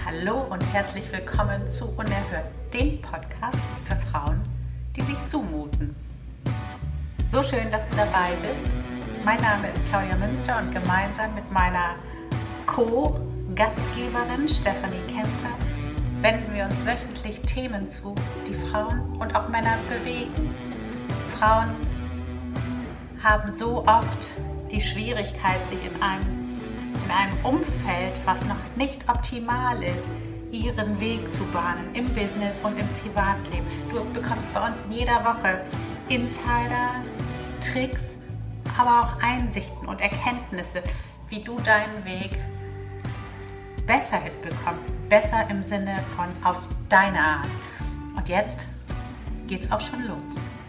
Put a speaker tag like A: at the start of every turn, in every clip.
A: Hallo und herzlich willkommen zu Unerhört, dem Podcast für Frauen, die sich zumuten. So schön, dass du dabei bist. Mein Name ist Claudia Münster und gemeinsam mit meiner Co-Gastgeberin Stefanie Kemper wenden wir uns wöchentlich Themen zu, die Frauen und auch Männer bewegen. Frauen haben so oft die Schwierigkeit, sich in einem Umfeld, was noch nicht optimal ist, ihren Weg zu bahnen im Business und im Privatleben. Du bekommst bei uns in jeder Woche Insider, Tricks, aber auch Einsichten und Erkenntnisse, wie du deinen Weg besser hinbekommst. Besser im Sinne von auf deine Art. Und jetzt geht's auch schon los.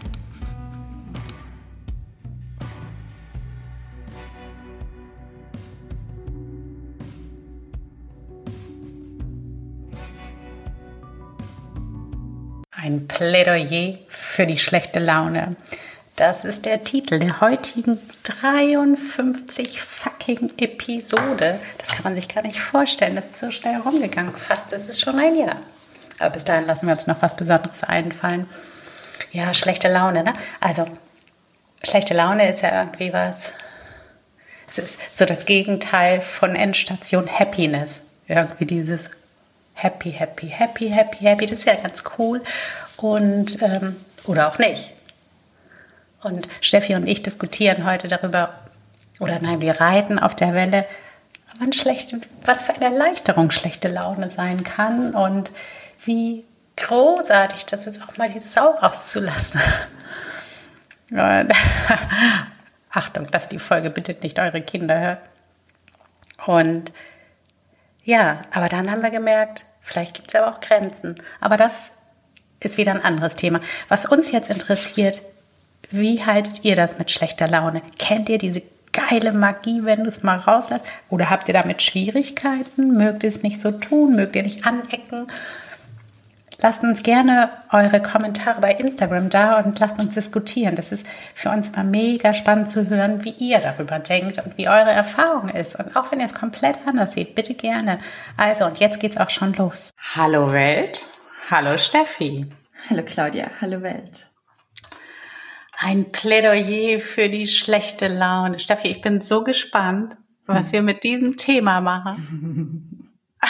A: Ein Plädoyer für die schlechte Laune. Das ist der Titel der heutigen 53 fucking Episode. Das kann man sich gar nicht vorstellen. Das ist so schnell rumgegangen. Fast, das ist schon ein Jahr. Aber bis dahin lassen wir uns noch was Besonderes einfallen. Ja, schlechte Laune, ne? Also, schlechte Laune ist ja irgendwie was. Es ist so das Gegenteil von Endstation Happiness. Irgendwie dieses Happy, happy, happy, happy, happy. Das ist ja ganz cool. Und, oder auch nicht. Und Steffi und ich diskutieren heute darüber, oder nein, wir reiten auf der Welle, was für eine Erleichterung schlechte Laune sein kann und wie großartig das ist, auch mal die Sau rauszulassen. Und, Achtung, dass die Folge bitte nicht eure Kinder hört. Und ja, aber dann haben wir gemerkt, vielleicht gibt es ja auch Grenzen. Aber das ist wieder ein anderes Thema. Was uns jetzt interessiert, wie haltet ihr das mit schlechter Laune? Kennt ihr diese geile Magie, wenn du es mal rauslässt? Oder habt ihr damit Schwierigkeiten? Mögt ihr es nicht so tun? Mögt ihr nicht anecken? Lasst uns gerne eure Kommentare bei Instagram da und lasst uns diskutieren. Das ist für uns mal mega spannend zu hören, wie ihr darüber denkt und wie eure Erfahrung ist. Und auch wenn ihr es komplett anders seht, bitte gerne. Also, und jetzt geht's auch schon los. Hallo Welt, hallo Steffi.
B: Hallo Claudia, hallo Welt.
A: Ein Plädoyer für die schlechte Laune. Steffi, ich bin so gespannt, was wir mit diesem Thema machen.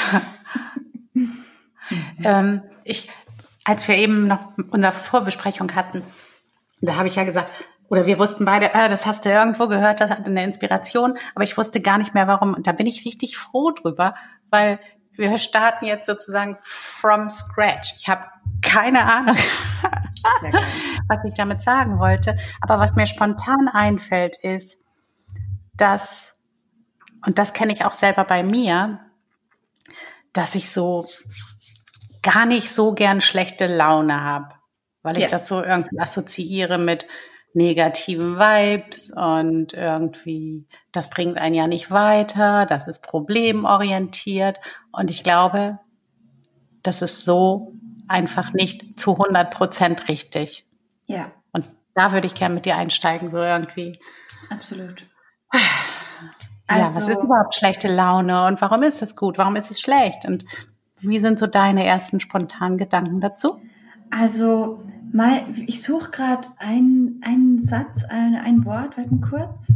A: Als wir eben noch unsere Vorbesprechung hatten, da habe ich ja gesagt, oder wir wussten beide, das hast du irgendwo gehört, das hat eine Inspiration, aber ich wusste gar nicht mehr warum. Und da bin ich richtig froh drüber, weil wir starten jetzt sozusagen from scratch. Ich habe keine Ahnung, was ich damit sagen wollte. Aber was mir spontan einfällt, ist, dass, und das kenne ich auch selber bei mir, dass ich so gar nicht so gern schlechte Laune habe, weil ich das so irgendwie assoziiere mit negativen Vibes und irgendwie, das bringt einen ja nicht weiter, das ist problemorientiert und ich glaube, das ist so einfach nicht zu 100% richtig.
B: Ja.
A: Und da würde ich gerne mit dir einsteigen, so irgendwie.
B: Absolut.
A: Was ist überhaupt schlechte Laune und warum ist es gut, warum ist es schlecht und wie sind so deine ersten spontanen Gedanken dazu?
B: Also, ich suche gerade einen Satz, ein Wort, warte mal kurz.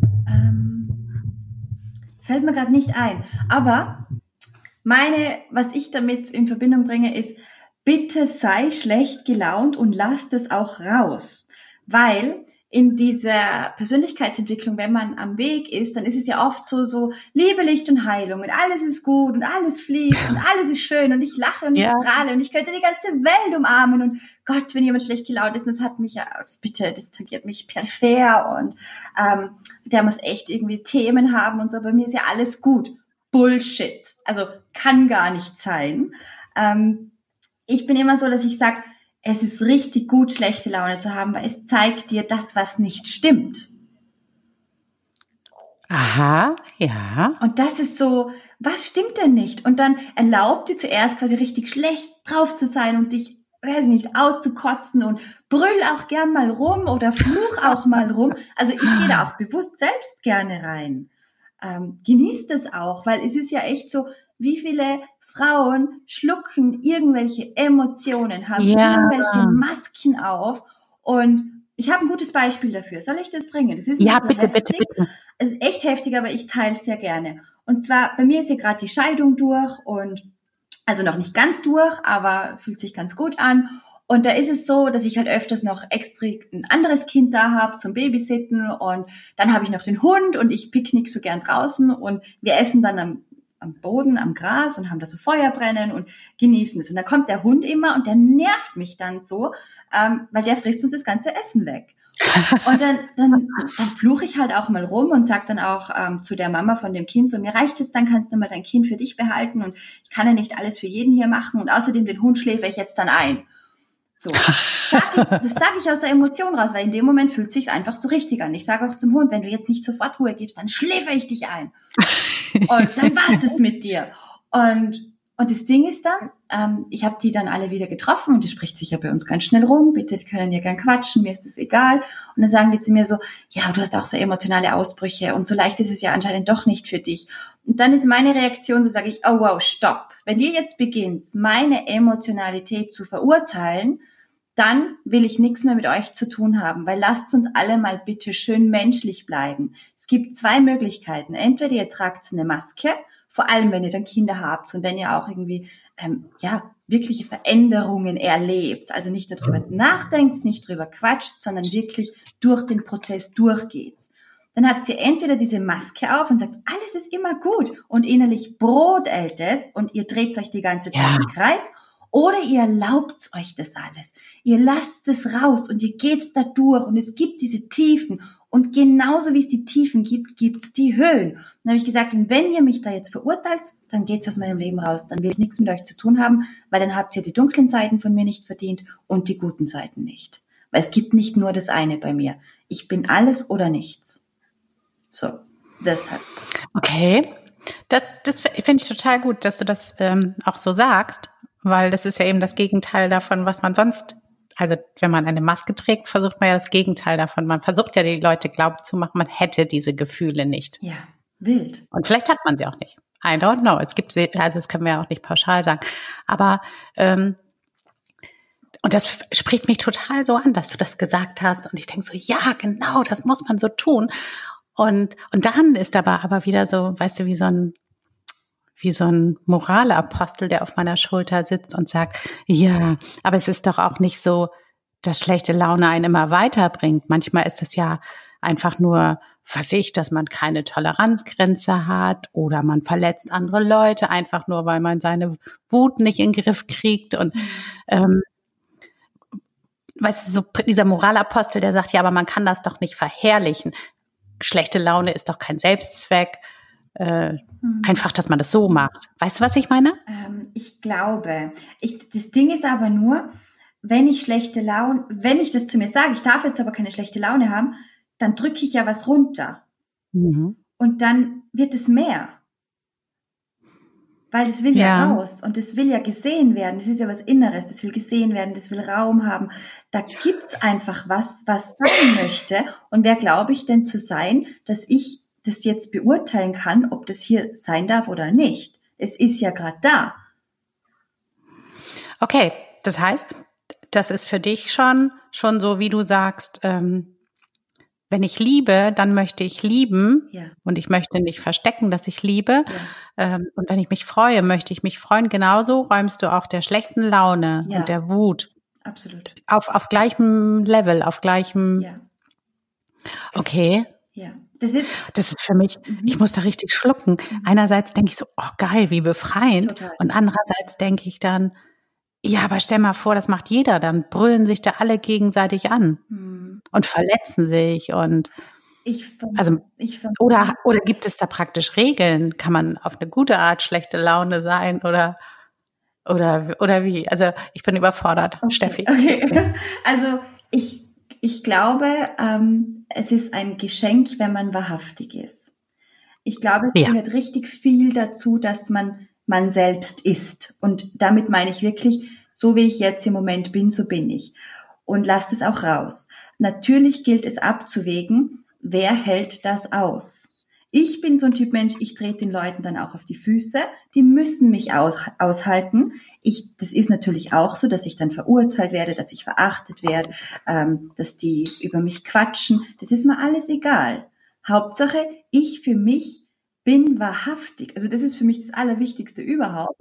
B: Fällt mir gerade nicht ein. Aber was ich damit in Verbindung bringe, ist, bitte sei schlecht gelaunt und lass das auch raus. Weil in dieser Persönlichkeitsentwicklung, wenn man am Weg ist, dann ist es ja oft so Liebe, Licht und Heilung und alles ist gut und alles fließt und alles ist schön und ich lache und ich strahle und ich könnte die ganze Welt umarmen und Gott, wenn jemand schlecht gelaunt ist, das hat mich ja, bitte, das tangiert mich peripher und der muss echt irgendwie Themen haben und so, bei mir ist ja alles gut. Bullshit. Also kann gar nicht sein. Ich bin immer so, dass ich sage, es ist richtig gut, schlechte Laune zu haben, weil es zeigt dir das, was nicht stimmt.
A: Aha, ja.
B: Und das ist so, was stimmt denn nicht? Und dann erlaubt dir zuerst quasi richtig schlecht drauf zu sein und dich, weiß nicht, auszukotzen und brüll auch gern mal rum oder fluch auch mal rum. Also ich gehe da auch bewusst selbst gerne rein. Genießt es auch, weil es ist ja echt so, wie viele Frauen schlucken irgendwelche Emotionen, haben irgendwelche Masken auf und ich habe ein gutes Beispiel dafür. Soll ich das bringen? Das ist
A: Ja,
B: so
A: bitte,
B: heftig.
A: bitte.
B: Es ist echt heftig, aber ich teile es sehr gerne. Und zwar, bei mir ist ja gerade die Scheidung durch und also noch nicht ganz durch, aber fühlt sich ganz gut an. Und da ist es so, dass ich halt öfters noch extra ein anderes Kind da habe zum Babysitten und dann habe ich noch den Hund und ich picknick so gern draußen und wir essen dann am Boden, am Gras und haben da so Feuer brennen und genießen es. Und dann kommt der Hund immer und der nervt mich dann so, weil der frisst uns das ganze Essen weg. Und dann fluche ich halt auch mal rum und sag dann auch zu der Mama von dem Kind so, mir reicht es, dann kannst du mal dein Kind für dich behalten und ich kann ja nicht alles für jeden hier machen und außerdem den Hund schläfe ich jetzt dann ein. So, das sage ich aus der Emotion raus, weil in dem Moment fühlt es sich einfach so richtig an. Ich sage auch zum Hund, wenn du jetzt nicht sofort Ruhe gibst, dann schläfe ich dich ein. Und dann war's das mit dir. Und das Ding ist dann, ich habe die dann alle wieder getroffen und die spricht sich ja bei uns ganz schnell rum, bitte, die können ja gern quatschen, mir ist das egal. Und dann sagen die zu mir so, ja, du hast auch so emotionale Ausbrüche und so leicht ist es ja anscheinend doch nicht für dich. Und dann ist meine Reaktion, so sage ich, oh wow, stopp. Wenn ihr jetzt beginnt, meine Emotionalität zu verurteilen, dann will ich nichts mehr mit euch zu tun haben, weil lasst uns alle mal bitte schön menschlich bleiben. Es gibt zwei Möglichkeiten. Entweder ihr tragt eine Maske, vor allem wenn ihr dann Kinder habt und wenn ihr auch irgendwie wirkliche Veränderungen erlebt, also nicht nur drüber nachdenkt, nicht drüber quatscht, sondern wirklich durch den Prozess durchgeht. Dann habt ihr entweder diese Maske auf und sagt, alles ist immer gut und innerlich brodelt es und ihr dreht euch die ganze Zeit im Kreis, oder ihr erlaubt euch das alles. Ihr lasst es raus und ihr geht's da durch und es gibt diese Tiefen und genauso wie es die Tiefen gibt, gibt's die Höhen. Und dann habe ich gesagt, und wenn ihr mich da jetzt verurteilt, dann geht's aus meinem Leben raus. Dann will ich nichts mit euch zu tun haben, weil dann habt ihr die dunklen Seiten von mir nicht verdient und die guten Seiten nicht. Weil es gibt nicht nur das eine bei mir. Ich bin alles oder nichts. So, deshalb.
A: Okay, das finde ich total gut, dass du das auch so sagst, weil das ist ja eben das Gegenteil davon, was man sonst, also wenn man eine Maske trägt, versucht man ja das Gegenteil davon. Man versucht ja die Leute glauben zu machen, man hätte diese Gefühle nicht.
B: Ja, wild.
A: Und vielleicht hat man sie auch nicht. I don't know. Es gibt sie, also das können wir ja auch nicht pauschal sagen. Aber und das spricht mich total so an, dass du das gesagt hast. Und ich denke so, ja, genau, das muss man so tun. Und dann ist aber wieder so, weißt du, wie so ein Moralapostel, der auf meiner Schulter sitzt und sagt, ja, aber es ist doch auch nicht so, dass schlechte Laune einen immer weiterbringt. Manchmal ist es ja einfach nur, dass man keine Toleranzgrenze hat oder man verletzt andere Leute einfach nur, weil man seine Wut nicht in den Griff kriegt. Und weißt du, so dieser Moralapostel, der sagt, ja, aber man kann das doch nicht verherrlichen. Schlechte Laune ist doch kein Selbstzweck. Einfach, dass man das so macht. Weißt du, was ich meine?
B: Ich glaube. Das Ding ist aber nur, wenn ich das zu mir sage, ich darf jetzt aber keine schlechte Laune haben, dann drücke ich ja was runter. Mhm. Und dann wird es mehr. Weil das will ja raus und das will ja gesehen werden. Das ist ja was Inneres, das will gesehen werden, das will Raum haben. Da gibt's einfach was sein möchte. Und wer glaube ich denn zu sein, dass ich das jetzt beurteilen kann, ob das hier sein darf oder nicht? Es ist ja gerade da.
A: Okay, das heißt, das ist für dich schon so, wie du sagst, wenn ich liebe, dann möchte ich lieben und ich möchte nicht verstecken, dass ich liebe. Ja. Und wenn ich mich freue, möchte ich mich freuen. Genauso räumst du auch der schlechten Laune und der Wut
B: absolut
A: auf gleichem Level, auf gleichem.
B: Ja.
A: Okay.
B: Ja.
A: Das ist für mich, ich muss da richtig schlucken. Einerseits denke ich so, oh geil, wie befreiend. Total. Und andererseits denke ich dann, ja, aber stell mal vor, das macht jeder, dann brüllen sich da alle gegenseitig an und verletzen sich und oder gibt es da praktisch Regeln? Kann man auf eine gute Art schlechte Laune sein oder wie? Also ich bin überfordert, okay, Steffi.
B: Okay. Also ich glaube, es ist ein Geschenk, wenn man wahrhaftig ist. Ich glaube, es gehört richtig viel dazu, dass man selbst ist. Und damit meine ich wirklich, so wie ich jetzt im Moment bin, so bin ich. Und lasst es auch raus. Natürlich gilt es abzuwägen, wer hält das aus? Ich bin so ein Typ Mensch, ich trete den Leuten dann auch auf die Füße. Die müssen mich aushalten. Das ist natürlich auch so, dass ich dann verurteilt werde, dass ich verachtet werde, dass die über mich quatschen. Das ist mir alles egal. Hauptsache, ich für mich bin wahrhaftig. Also das ist für mich das Allerwichtigste überhaupt.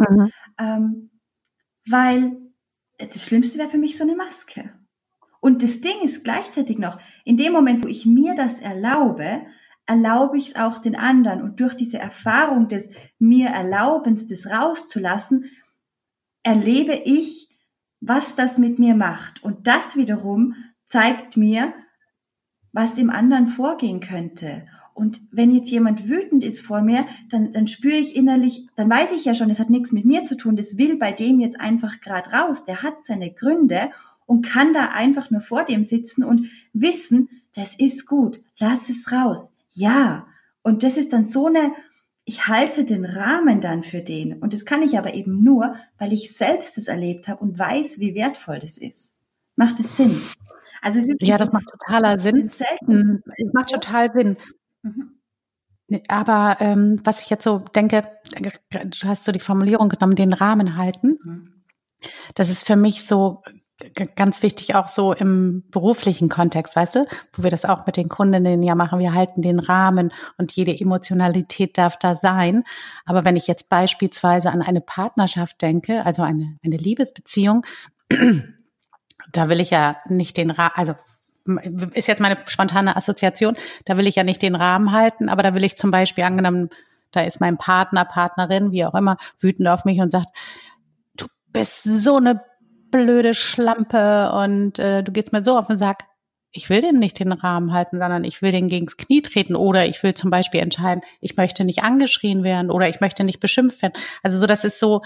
B: Weil das Schlimmste wäre für mich so eine Maske. Und das Ding ist gleichzeitig noch, in dem Moment, wo ich mir das erlaube ich es auch den anderen. Und durch diese Erfahrung des mir Erlaubens, das rauszulassen, erlebe ich, was das mit mir macht. Und das wiederum zeigt mir, was im anderen vorgehen könnte. Und wenn jetzt jemand wütend ist vor mir, dann spüre ich innerlich, dann weiß ich ja schon, das hat nichts mit mir zu tun, das will bei dem jetzt einfach gerade raus. Der hat seine Gründe und kann da einfach nur vor dem sitzen und wissen, das ist gut, lass es raus. Ja, und das ist dann ich halte den Rahmen dann für den. Und das kann ich aber eben nur, weil ich selbst es erlebt habe und weiß, wie wertvoll das ist. Macht es Sinn? Also
A: ja, das macht totaler Sinn. Das macht total Sinn. Aber was ich jetzt so denke, du hast so die Formulierung genommen, den Rahmen halten. Das ist für mich so ganz wichtig, auch so im beruflichen Kontext, weißt du, wo wir das auch mit den Kundinnen ja machen. Wir halten den Rahmen und jede Emotionalität darf da sein. Aber wenn ich jetzt beispielsweise an eine Partnerschaft denke, also eine Liebesbeziehung, da will ich ja nicht den Rahmen, also ist jetzt meine spontane Assoziation, da will ich ja nicht den Rahmen halten, aber da will ich zum Beispiel, angenommen, da ist mein Partner, Partnerin, wie auch immer, wütend auf mich und sagt, du bist so eine blöde Schlampe und du gehst mir so auf den Sack. Ich will dem nicht den Rahmen halten, sondern ich will den gegens Knie treten oder ich will zum Beispiel entscheiden, ich möchte nicht angeschrien werden oder ich möchte nicht beschimpft werden. Also so, das ist so,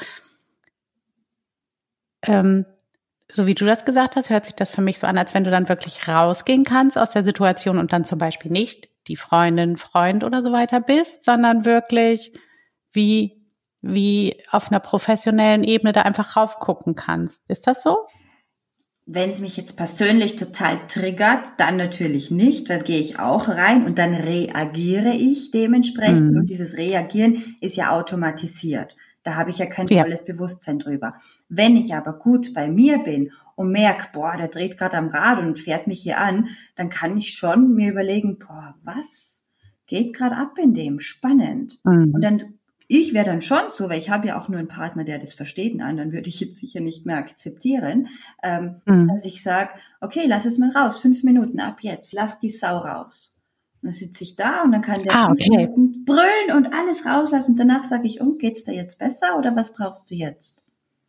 A: so wie du das gesagt hast, hört sich das für mich so an, als wenn du dann wirklich rausgehen kannst aus der Situation und dann zum Beispiel nicht die Freundin, Freund oder so weiter bist, sondern wirklich wie auf einer professionellen Ebene da einfach raufgucken kannst. Ist das so?
B: Wenn es mich jetzt persönlich total triggert, dann natürlich nicht. Dann gehe ich auch rein und dann reagiere ich dementsprechend. Und dieses Reagieren ist ja automatisiert. Da habe ich ja kein volles Bewusstsein drüber. Wenn ich aber gut bei mir bin und merke, boah, der dreht gerade am Rad und fährt mich hier an, dann kann ich schon mir überlegen, boah, was geht gerade ab in dem? Spannend. Und dann ich wäre dann schon so, weil ich habe ja auch nur einen Partner, der das versteht, einen anderen würde ich jetzt sicher nicht mehr akzeptieren, dass ich sage, okay, lass es mal raus, 5 Minuten ab jetzt, lass die Sau raus. Und dann sitze ich da und dann kann der 5 Minuten brüllen und alles rauslassen und danach sage ich, geht's dir jetzt besser oder was brauchst du jetzt?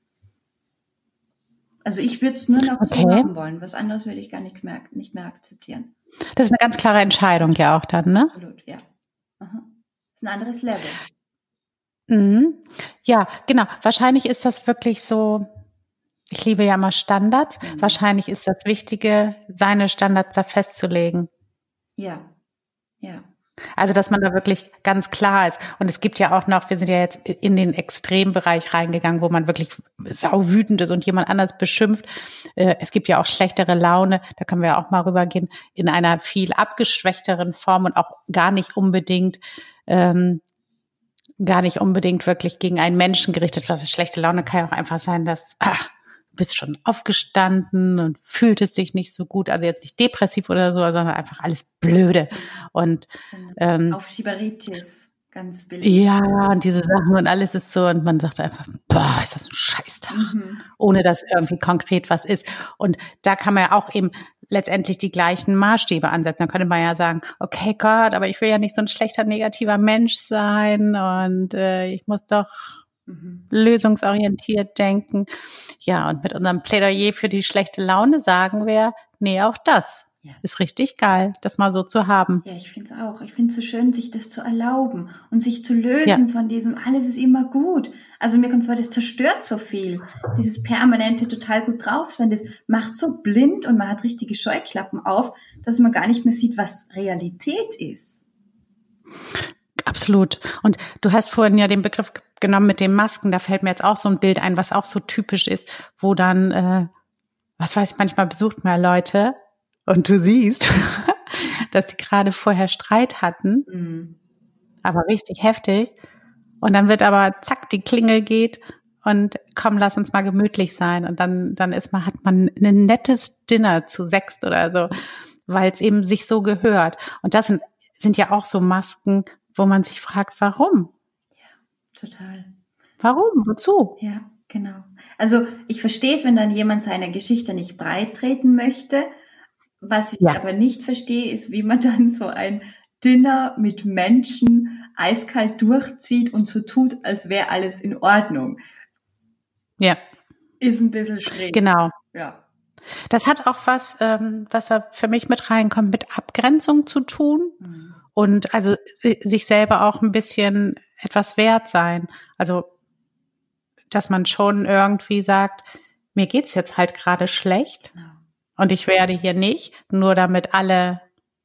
B: Also ich würde es nur noch so machen wollen, was anderes würde ich gar nicht mehr akzeptieren.
A: Das ist eine ganz klare Entscheidung ja auch dann, ne?
B: Absolut, ja. Aha. Das ist ein anderes Level.
A: Ja, genau. Wahrscheinlich ist das wirklich so, ich liebe ja mal Standards. Wahrscheinlich ist das Wichtige, seine Standards da festzulegen.
B: Ja.
A: Also, dass man da wirklich ganz klar ist. Und es gibt ja auch noch, wir sind ja jetzt in den Extrembereich reingegangen, wo man wirklich sauwütend ist und jemand anders beschimpft. Es gibt ja auch schlechtere Laune, da können wir ja auch mal rübergehen, in einer viel abgeschwächteren Form und auch gar nicht unbedingt wirklich gegen einen Menschen gerichtet. Was ist schlechte Laune? Kann ja auch einfach sein, dass du bist schon aufgestanden und fühltest dich nicht so gut. Also jetzt nicht depressiv oder so, sondern einfach alles blöde. Und
B: Aufschieberitis, ganz billig.
A: Ja, und diese Sachen und alles ist so. Und man sagt einfach, boah, ist das ein Scheißtag. Ohne dass irgendwie konkret was ist. Und da kann man ja auch eben letztendlich die gleichen Maßstäbe ansetzen. Dann könnte man ja sagen, okay Gott, aber ich will ja nicht so ein schlechter, negativer Mensch sein und ich muss doch lösungsorientiert denken. Ja, und mit unserem Plädoyer für die schlechte Laune sagen wir, nee, auch das ist richtig geil, das mal so zu haben.
B: Ja, ich finde es auch. Ich finde es so schön, sich das zu erlauben und sich zu lösen von diesem, alles ist immer gut. Also mir kommt vor, das zerstört so viel. Dieses permanente total gut drauf sein, das macht so blind und man hat richtige Scheuklappen auf, dass man gar nicht mehr sieht, was Realität ist.
A: Absolut. Und du hast vorhin ja den Begriff genommen mit den Masken. Da fällt mir jetzt auch so ein Bild ein, was auch so typisch ist, wo dann, was weiß ich, manchmal besucht man Leute und du siehst, dass die gerade vorher Streit hatten. aber richtig heftig. Und dann wird aber, zack, die Klingel geht und komm, lass uns mal gemütlich sein. Und dann hat man ein nettes Dinner zu 6 oder so, weil es eben sich so gehört. Und das sind ja auch so Masken, wo man sich fragt, warum?
B: Ja, total.
A: Warum? Wozu?
B: Ja, genau. Also ich verstehe es, wenn dann jemand seine Geschichte nicht breit treten möchte. Was ich aber nicht verstehe, ist, wie man dann so ein Dinner mit Menschen eiskalt durchzieht und so tut, als wäre alles in Ordnung.
A: Ja.
B: Ist ein bisschen schräg.
A: Genau.
B: Ja.
A: Das hat auch was da für mich mit reinkommt, mit Abgrenzung zu tun. Mhm. Und also sich selber auch ein bisschen etwas wert sein. Also, dass man schon irgendwie sagt, mir geht's jetzt halt gerade schlecht. Genau. Und ich werde hier nicht, nur damit alle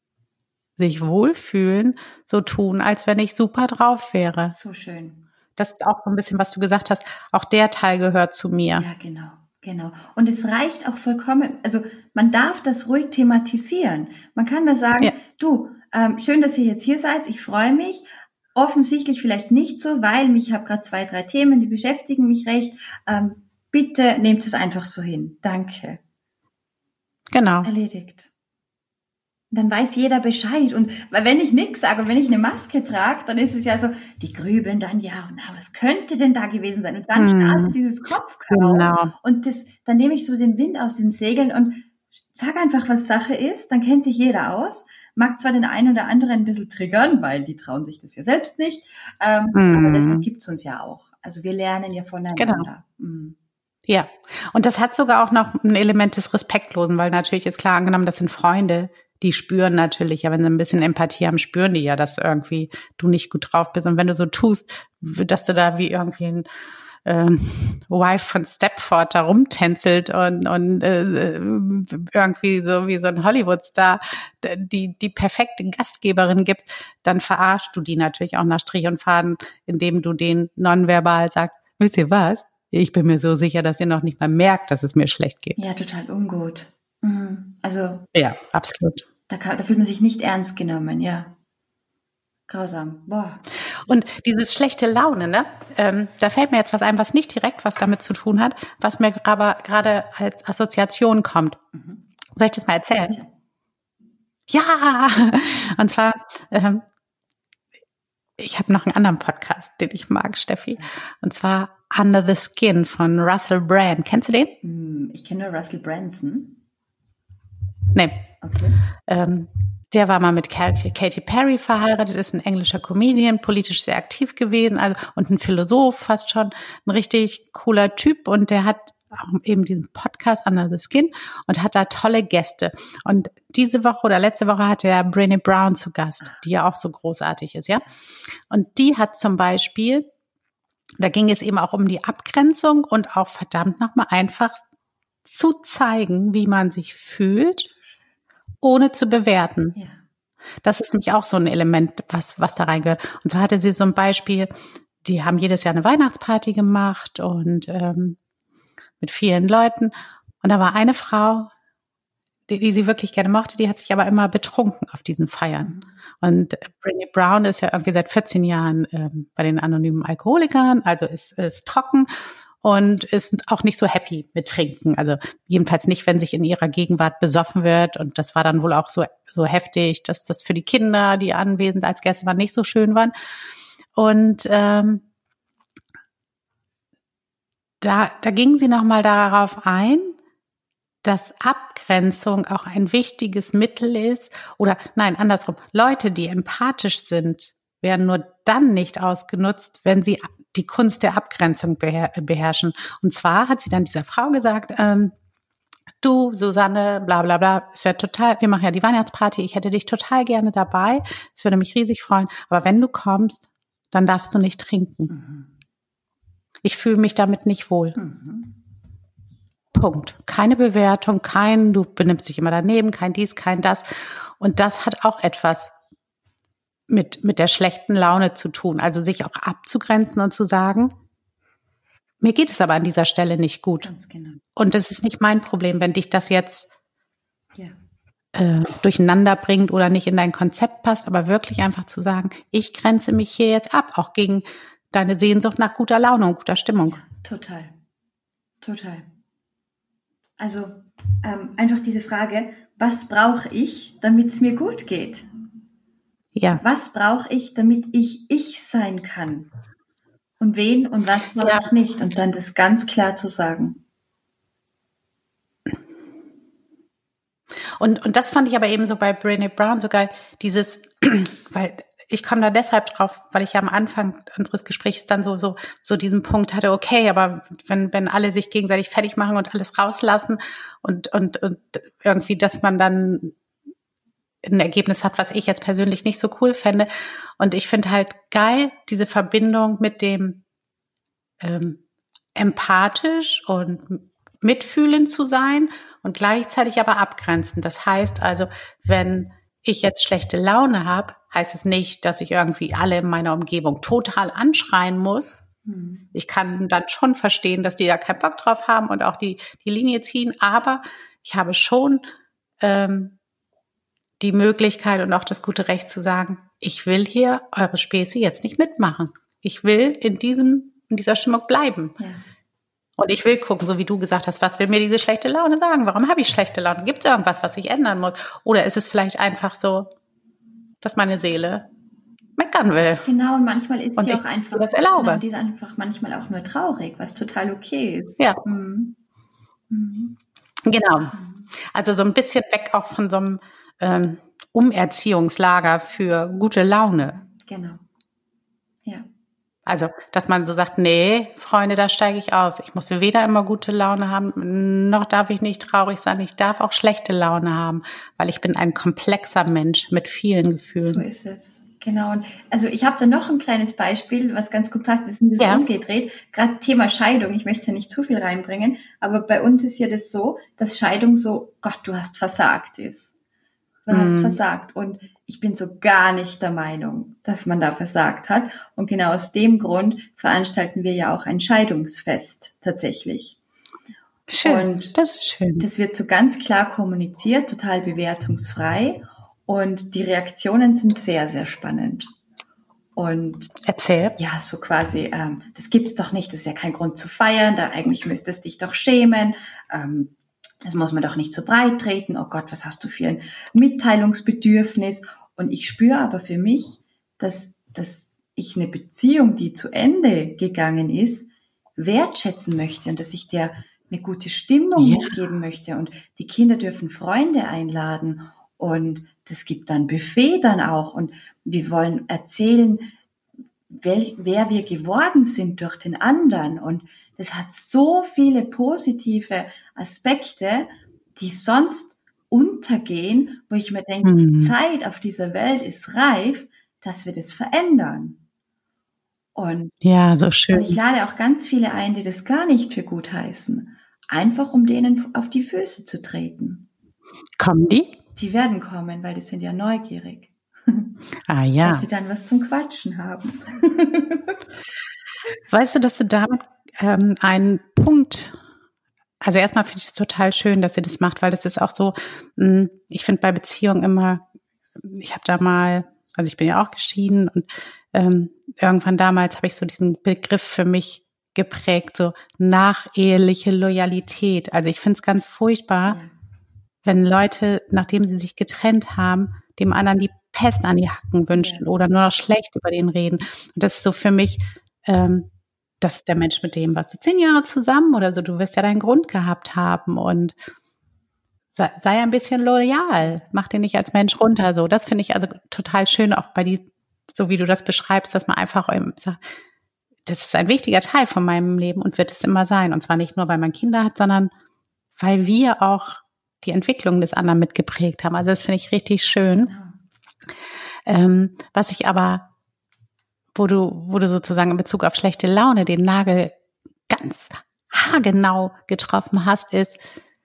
A: sich wohlfühlen, so tun, als wenn ich super drauf wäre.
B: So schön.
A: Das ist auch so ein bisschen, was du gesagt hast. Auch der Teil gehört zu mir.
B: Ja, genau. Und es reicht auch vollkommen, also man darf das ruhig thematisieren. Man kann da sagen, du, schön, dass ihr jetzt hier seid, ich freue mich. Offensichtlich vielleicht nicht so, weil ich habe gerade 2, 3 Themen, die beschäftigen mich recht. Bitte nehmt es einfach so hin. Danke.
A: Genau.
B: Erledigt. Dann weiß jeder Bescheid. Und weil wenn ich nichts sage und wenn ich eine Maske trage, dann ist es ja so, die grübeln dann, was könnte denn da gewesen sein? Und dann startet dieses Kopfchaos. Genau. Und dann nehme ich so den Wind aus den Segeln und sag einfach, was Sache ist. Dann kennt sich jeder aus. Mag zwar den einen oder anderen ein bisschen triggern, weil die trauen sich das ja selbst nicht. Aber deshalb gibt's uns ja auch. Also wir lernen ja voneinander. Genau.
A: Ja, und das hat sogar auch noch ein Element des Respektlosen, weil natürlich ist klar angenommen, das sind Freunde, die spüren natürlich, ja, wenn sie ein bisschen Empathie haben, spüren die ja, dass irgendwie du nicht gut drauf bist. Und wenn du so tust, dass du da wie irgendwie ein Wife von Stepford da rumtänzelt und irgendwie so wie so ein Hollywood-Star die perfekte Gastgeberin gibt, dann verarschst du die natürlich auch nach Strich und Faden, indem du denen nonverbal sagst, wisst ihr was? Ich bin mir so sicher, dass ihr noch nicht mal merkt, dass es mir schlecht geht.
B: Ja, total ungut. Also.
A: Ja, absolut.
B: Da fühlt man sich nicht ernst genommen, ja. Grausam. Boah.
A: Und dieses schlechte Laune, ne? Da fällt mir jetzt was ein, was nicht direkt was damit zu tun hat, was mir aber gerade als Assoziation kommt. Soll ich das mal erzählen?
B: Bitte.
A: Ja! Und zwar, ich habe noch einen anderen Podcast, den ich mag, Steffi. Und zwar Under the Skin von Russell Brand. Kennst du den?
B: Ich kenne nur Russell Branson.
A: Nee.
B: Okay.
A: Der war mal mit Katy Perry verheiratet, ist ein englischer Comedian, politisch sehr aktiv gewesen, und ein Philosoph fast schon, ein richtig cooler Typ, und der hat auch eben diesen Podcast Under the Skin und hat da tolle Gäste. Und diese Woche oder letzte Woche hatte er Brené Brown zu Gast, die ja auch so großartig ist, ja. Und die hat zum Beispiel, da ging es eben auch um die Abgrenzung und auch verdammt nochmal einfach zu zeigen, wie man sich fühlt, ohne zu bewerten.
B: Ja.
A: Das ist nämlich auch so ein Element, was da reingehört. Und zwar hatte sie so ein Beispiel, die haben jedes Jahr eine Weihnachtsparty gemacht und mit vielen Leuten. Und da war eine Frau, die sie wirklich gerne mochte, die hat sich aber immer betrunken auf diesen Feiern. Und Brené Brown ist ja irgendwie seit 14 Jahren bei den anonymen Alkoholikern, also ist trocken und ist auch nicht so happy mit Trinken. Also jedenfalls nicht, wenn sich in ihrer Gegenwart besoffen wird. Und das war dann wohl auch so heftig, dass das für die Kinder, die anwesend als Gäste waren, nicht so schön waren. Und da ging sie nochmal darauf ein, dass Abgrenzung auch ein wichtiges Mittel ist. Oder nein, andersrum. Leute, die empathisch sind, werden nur dann nicht ausgenutzt, wenn sie die Kunst der Abgrenzung beherrschen. Und zwar hat sie dann dieser Frau gesagt, du, Susanne, bla bla bla, wir machen ja die Weihnachtsparty, ich hätte dich total gerne dabei, es würde mich riesig freuen, aber wenn du kommst, dann darfst du nicht trinken. Ich fühle mich damit nicht wohl. Punkt. Keine Bewertung, du benimmst dich immer daneben, kein dies, kein das. Und das hat auch etwas mit der schlechten Laune zu tun. Also sich auch abzugrenzen und zu sagen, mir geht es aber an dieser Stelle nicht gut.
B: Ganz genau.
A: Und das ist nicht mein Problem, wenn dich das jetzt durcheinander bringt oder nicht in dein Konzept passt, aber wirklich einfach zu sagen, ich grenze mich hier jetzt ab, auch gegen deine Sehnsucht nach guter Laune und guter Stimmung.
B: Ja, total. Total. Also einfach diese Frage, was brauche ich, damit es mir gut geht?
A: Ja.
B: Was brauche ich, damit ich sein kann? Und wen und was brauche ich nicht? Und dann das ganz klar zu sagen.
A: Und das fand ich aber eben so bei Brené Brown so geil, dieses, weil ich komme da deshalb drauf, weil ich ja am Anfang unseres Gesprächs dann so diesen Punkt hatte, okay, aber wenn alle sich gegenseitig fertig machen und alles rauslassen und irgendwie, dass man dann ein Ergebnis hat, was ich jetzt persönlich nicht so cool fände. Und ich finde halt geil, diese Verbindung mit dem empathisch und mitfühlend zu sein und gleichzeitig aber abgrenzen. Das heißt also, wenn ich jetzt schlechte Laune habe, heißt es nicht, dass ich irgendwie alle in meiner Umgebung total anschreien muss. Ich kann dann schon verstehen, dass die da keinen Bock drauf haben und auch die Linie ziehen, aber ich habe schon die Möglichkeit und auch das gute Recht zu sagen, ich will hier eure Späße jetzt nicht mitmachen. Ich will in dieser Stimmung bleiben.
B: Ja.
A: Und ich will gucken, so wie du gesagt hast, was will mir diese schlechte Laune sagen? Warum habe ich schlechte Laune? Gibt es irgendwas, was ich ändern muss? Oder ist es vielleicht einfach so, dass meine Seele meckern will?
B: Genau, und manchmal ist die auch einfach,
A: das erlaube.
B: Genau, die ist einfach manchmal auch nur traurig, was total okay ist.
A: Ja.
B: Mhm.
A: Genau. Also so ein bisschen weg auch von so einem Umerziehungslager für gute Laune.
B: Genau. Ja.
A: Also, dass man so sagt, nee, Freunde, da steige ich aus. Ich muss weder immer gute Laune haben, noch darf ich nicht traurig sein. Ich darf auch schlechte Laune haben, weil ich bin ein komplexer Mensch mit vielen Gefühlen.
B: So ist es. Genau. Und also ich habe da noch ein kleines Beispiel, was ganz gut passt, ist ein bisschen umgedreht. Gerade Thema Scheidung, ich möchte ja nicht zu viel reinbringen, aber bei uns ist ja das so, dass Scheidung so, Gott, du hast versagt ist. Du hast versagt. Und ich bin so gar nicht der Meinung, dass man da versagt hat. Und genau aus dem Grund veranstalten wir ja auch ein Scheidungsfest tatsächlich.
A: Schön,
B: und
A: das ist schön.
B: Das wird so ganz klar kommuniziert, total bewertungsfrei. Und die Reaktionen sind sehr, sehr spannend. Und
A: erzähl.
B: Ja, so quasi, das gibt's doch nicht, das ist ja kein Grund zu feiern, da eigentlich müsstest du dich doch schämen. Das muss man doch nicht so breit treten. Oh Gott, was hast du für ein Mitteilungsbedürfnis? Und ich spüre aber für mich, dass ich eine Beziehung, die zu Ende gegangen ist, wertschätzen möchte und dass ich der eine gute Stimmung mitgeben möchte. Und die Kinder dürfen Freunde einladen und das gibt dann Buffet dann auch. Und wir wollen erzählen, wer wir geworden sind durch den anderen. Und das hat so viele positive Aspekte, die sonst untergehen, wo ich mir denke, die Zeit auf dieser Welt ist reif, dass wir das verändern. Und
A: ja, so schön.
B: Und ich lade auch ganz viele ein, die das gar nicht für gut heißen, einfach um denen auf die Füße zu treten.
A: Kommen die?
B: Die werden kommen, weil die sind ja neugierig.
A: Ah ja.
B: Dass sie dann was zum Quatschen haben.
A: Weißt du, dass du damit einen Punkt, also erstmal finde ich es total schön, dass sie das macht, weil das ist auch so, ich finde bei Beziehungen immer, ich habe da mal, also ich bin ja auch geschieden und irgendwann damals habe ich so diesen Begriff für mich geprägt, so nacheheliche Loyalität. Also ich finde es ganz furchtbar, wenn Leute, nachdem sie sich getrennt haben, dem anderen die Pest an die Hacken wünschen oder nur noch schlecht über den reden. Und das ist so für mich, das ist der Mensch, mit dem warst du 10 Jahre zusammen oder so, du wirst ja deinen Grund gehabt haben und sei ein bisschen loyal, mach den nicht als Mensch runter. So, das finde ich also total schön, auch bei die, so wie du das beschreibst, dass man einfach sagt, das ist ein wichtiger Teil von meinem Leben und wird es immer sein. Und zwar nicht nur, weil man Kinder hat, sondern weil wir auch die Entwicklung des anderen mitgeprägt haben. Also das finde ich richtig schön. Was ich aber, wo du sozusagen in Bezug auf schlechte Laune den Nagel ganz haargenau getroffen hast, ist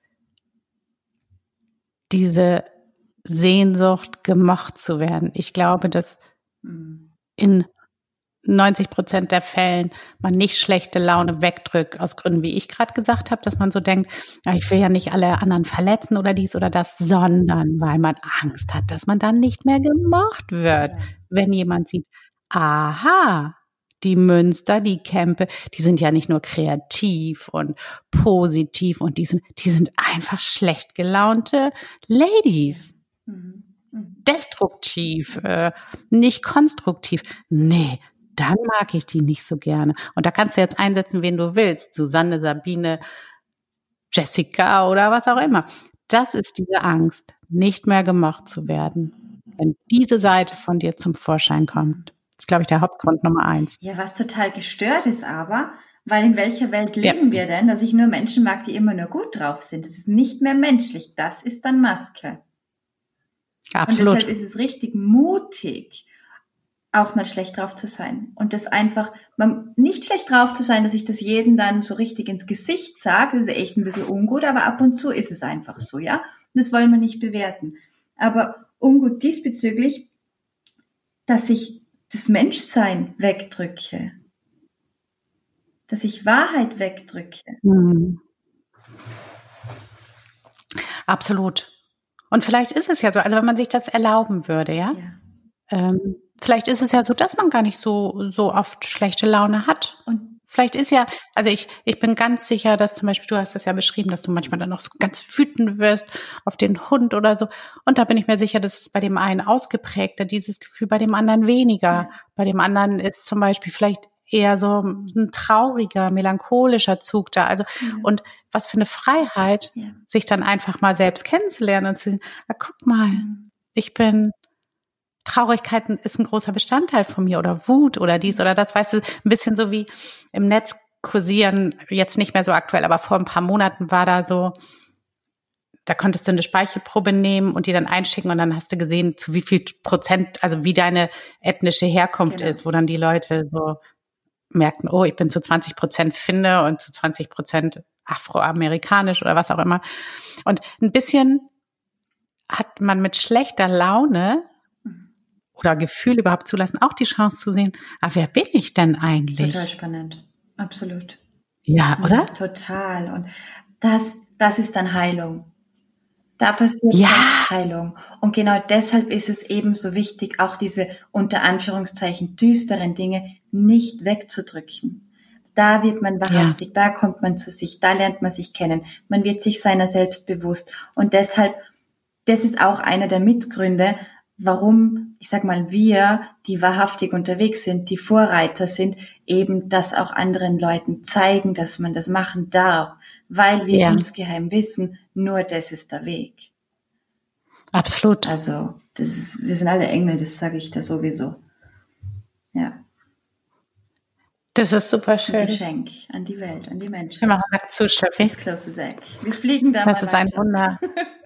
A: diese Sehnsucht, gemocht zu werden. Ich glaube, dass in 90% der Fällen man nicht schlechte Laune wegdrückt, aus Gründen, wie ich gerade gesagt habe, dass man so denkt, ja, ich will ja nicht alle anderen verletzen oder dies oder das, sondern weil man Angst hat, dass man dann nicht mehr gemocht wird, wenn jemand sieht, aha, die Münster, die Kempe, die sind ja nicht nur kreativ und positiv und die sind einfach schlecht gelaunte Ladies. Destruktiv, nicht konstruktiv. Nee, dann mag ich die nicht so gerne. Und da kannst du jetzt einsetzen, wen du willst. Susanne, Sabine, Jessica oder was auch immer. Das ist diese Angst, nicht mehr gemocht zu werden. Wenn diese Seite von dir zum Vorschein kommt. Das ist, glaube ich, der Hauptgrund Nummer 1.
B: Ja, was total gestört ist aber, weil in welcher Welt leben wir denn, dass ich nur Menschen mag, die immer nur gut drauf sind? Das ist nicht mehr menschlich. Das ist dann Maske.
A: Absolut.
B: Und deshalb ist es richtig mutig, auch mal schlecht drauf zu sein. Und das einfach, nicht schlecht drauf zu sein, dass ich das jedem dann so richtig ins Gesicht sage, das ist echt ein bisschen ungut, aber ab und zu ist es einfach so, ja. Und das wollen wir nicht bewerten. Aber ungut diesbezüglich, dass ich das Menschsein wegdrücke. Dass ich Wahrheit wegdrücke.
A: Absolut. Und vielleicht ist es ja so, also wenn man sich das erlauben würde, ja. Vielleicht ist es ja so, dass man gar nicht so oft schlechte Laune hat. Und vielleicht ist ja, also ich bin ganz sicher, dass zum Beispiel, du hast das ja beschrieben, dass du manchmal dann auch so ganz wütend wirst auf den Hund oder so. Und da bin ich mir sicher, dass es bei dem einen ausgeprägter, dieses Gefühl, bei dem anderen weniger. Ja. Bei dem anderen ist zum Beispiel vielleicht eher so ein trauriger, melancholischer Zug da. Also, und was für eine Freiheit, sich dann einfach mal selbst kennenzulernen und zu sehen, guck mal, Traurigkeit ist ein großer Bestandteil von mir oder Wut oder dies oder das, weißt du, ein bisschen so wie im Netz kursieren, jetzt nicht mehr so aktuell, aber vor ein paar Monaten war da so, da konntest du eine Speichelprobe nehmen und die dann einschicken und dann hast du gesehen, zu wie viel Prozent, also wie deine ethnische Herkunft ist, wo dann die Leute so merkten, oh, ich bin zu 20% Finne und zu 20% afroamerikanisch oder was auch immer. Und ein bisschen hat man mit schlechter Laune oder Gefühl überhaupt zulassen, auch die Chance zu sehen, wer bin ich denn eigentlich?
B: Total spannend, absolut.
A: Ja, oder?
B: Ja, total. Und das ist dann Heilung. Da passiert Heilung. Und genau deshalb ist es eben so wichtig, auch diese unter Anführungszeichen düsteren Dinge nicht wegzudrücken. Da wird man wahrhaftig, da kommt man zu sich, da lernt man sich kennen, man wird sich seiner selbst bewusst. Und deshalb, das ist auch einer der Mitgründe, warum, ich sag mal, wir, die wahrhaftig unterwegs sind, die Vorreiter sind, eben das auch anderen Leuten zeigen, dass man das machen darf, weil wir insgeheim wissen, nur das ist der Weg.
A: Absolut.
B: Also, wir sind alle Engel, das sage ich da sowieso. Ja.
A: Das ist super schön.
B: Ein Geschenk an die Welt, an die Menschen.
A: Wir machen Sack zu, Steffi.
B: Let's close the sack. Wir fliegen da
A: das
B: mal
A: ist ein Wunder.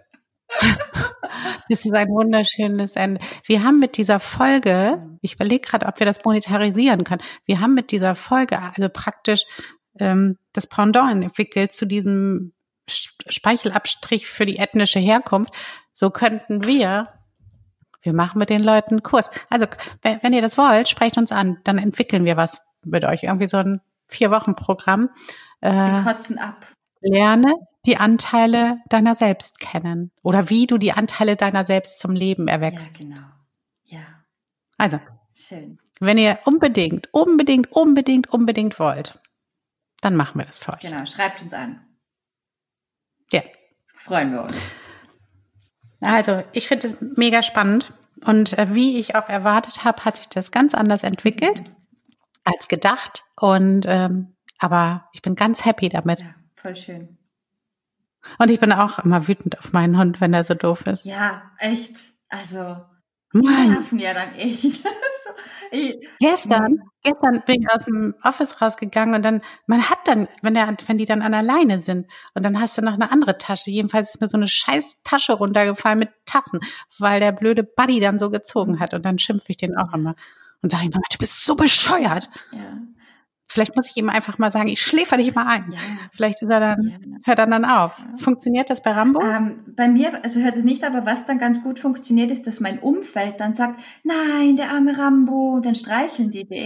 A: Das ist ein wunderschönes Ende. Wir haben mit dieser Folge, ich überlege gerade, ob wir das monetarisieren können, wir haben mit dieser Folge also praktisch das Pendant entwickelt zu diesem Speichelabstrich für die ethnische Herkunft. So könnten wir machen mit den Leuten einen Kurs. Also wenn ihr das wollt, sprecht uns an, dann entwickeln wir was mit euch. Irgendwie so ein 4-Wochen-Programm.
B: Wir kotzen ab.
A: Lerne die Anteile deiner selbst kennen oder wie du die Anteile deiner selbst zum Leben erweckst.
B: Ja, genau. Ja.
A: Also,
B: schön.
A: Wenn ihr unbedingt wollt, dann machen wir das für euch.
B: Genau, schreibt uns an.
A: Ja.
B: Freuen wir uns.
A: Also, ich finde es mega spannend und wie ich auch erwartet habe, hat sich das ganz anders entwickelt als gedacht und aber ich bin ganz happy damit.
B: Ja, voll schön.
A: Und ich bin auch immer wütend auf meinen Hund, wenn er so doof ist.
B: Ja, echt. Also,
A: die
B: nerven ja dann echt.
A: Gestern bin ich aus dem Office rausgegangen und dann, man hat dann, wenn die dann an der Leine sind und dann hast du noch eine andere Tasche. Jedenfalls ist mir so eine scheiß Tasche runtergefallen mit Tassen, weil der blöde Buddy dann so gezogen hat und dann schimpfe ich den auch immer und sage ihm, du bist so bescheuert.
B: Ja.
A: Vielleicht muss ich ihm einfach mal sagen, ich schläfer dich mal ein. Ja. Vielleicht ist er dann, hört er dann auf. Ja. Funktioniert das bei Rambo?
B: Bei mir, also hört es nicht, aber was dann ganz gut funktioniert, ist, dass mein Umfeld dann sagt, nein, der arme Rambo, dann streicheln die den.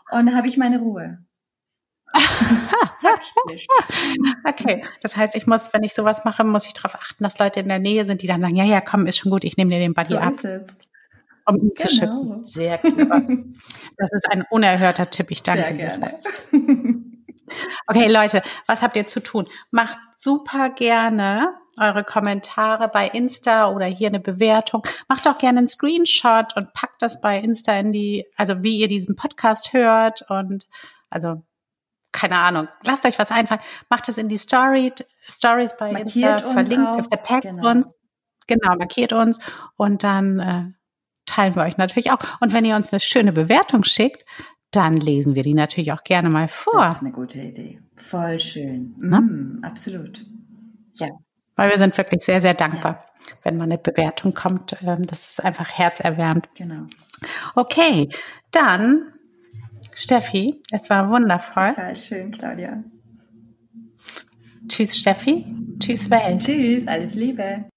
B: und dann habe ich meine Ruhe. Taktisch.
A: Okay, das heißt, wenn ich sowas mache, muss ich darauf achten, dass Leute in der Nähe sind, die dann sagen, ja, komm, ist schon gut, ich nehme dir den Buddy
B: So
A: ab,
B: ist es.
A: um ihn zu schützen. Sehr clever. Das ist ein unerhörter Tipp, ich danke
B: Sehr
A: dir.
B: gerne.
A: Okay, Leute, was habt ihr zu tun? Macht super gerne eure Kommentare bei Insta oder hier eine Bewertung. Macht auch gerne einen Screenshot und packt das bei Insta also wie ihr diesen Podcast hört und also keine Ahnung, lasst euch was einfallen. Macht es in die Stories bei
B: Markiert
A: Insta, verlinkt, vertaggt uns. Genau, markiert uns und dann teilen wir euch natürlich auch. Und wenn ihr uns eine schöne Bewertung schickt, dann lesen wir die natürlich auch gerne mal vor.
B: Das ist eine gute Idee. Voll schön. Absolut. Ja.
A: Weil wir sind wirklich sehr, sehr dankbar, wenn mal eine Bewertung kommt. Das ist einfach herzerwärmend.
B: Genau.
A: Okay, dann, Steffi, es war wundervoll.
B: Total schön, Claudia.
A: Tschüss, Steffi. Tschüss, Welt.
B: Tschüss, alles Liebe.